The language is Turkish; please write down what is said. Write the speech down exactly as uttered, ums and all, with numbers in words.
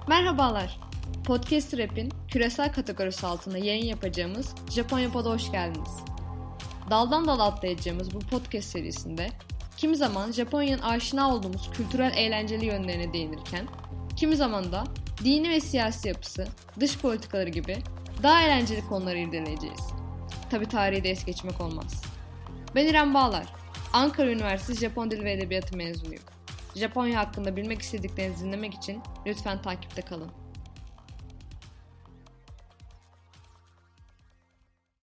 Merhabalar. Podcast Rap'in küresel kategorisi altında yayın yapacağımız Japonya Pod'a hoş geldiniz. Daldan dala atlayacağımız bu podcast serisinde kimi zaman Japonya'nın aşina olduğumuz kültürel eğlenceli yönlerine değinirken, kimi zaman da dini ve siyasi yapısı, dış politikaları gibi daha eğlenceli konuları irdeleyeceğiz. Tabii tarihi de es geçmek olmaz. Ben İrem Bağlar, Ankara Üniversitesi Japon Dili ve Edebiyatı mezunuyum. Japonya hakkında bilmek istediklerinizi dinlemek için lütfen takipte kalın.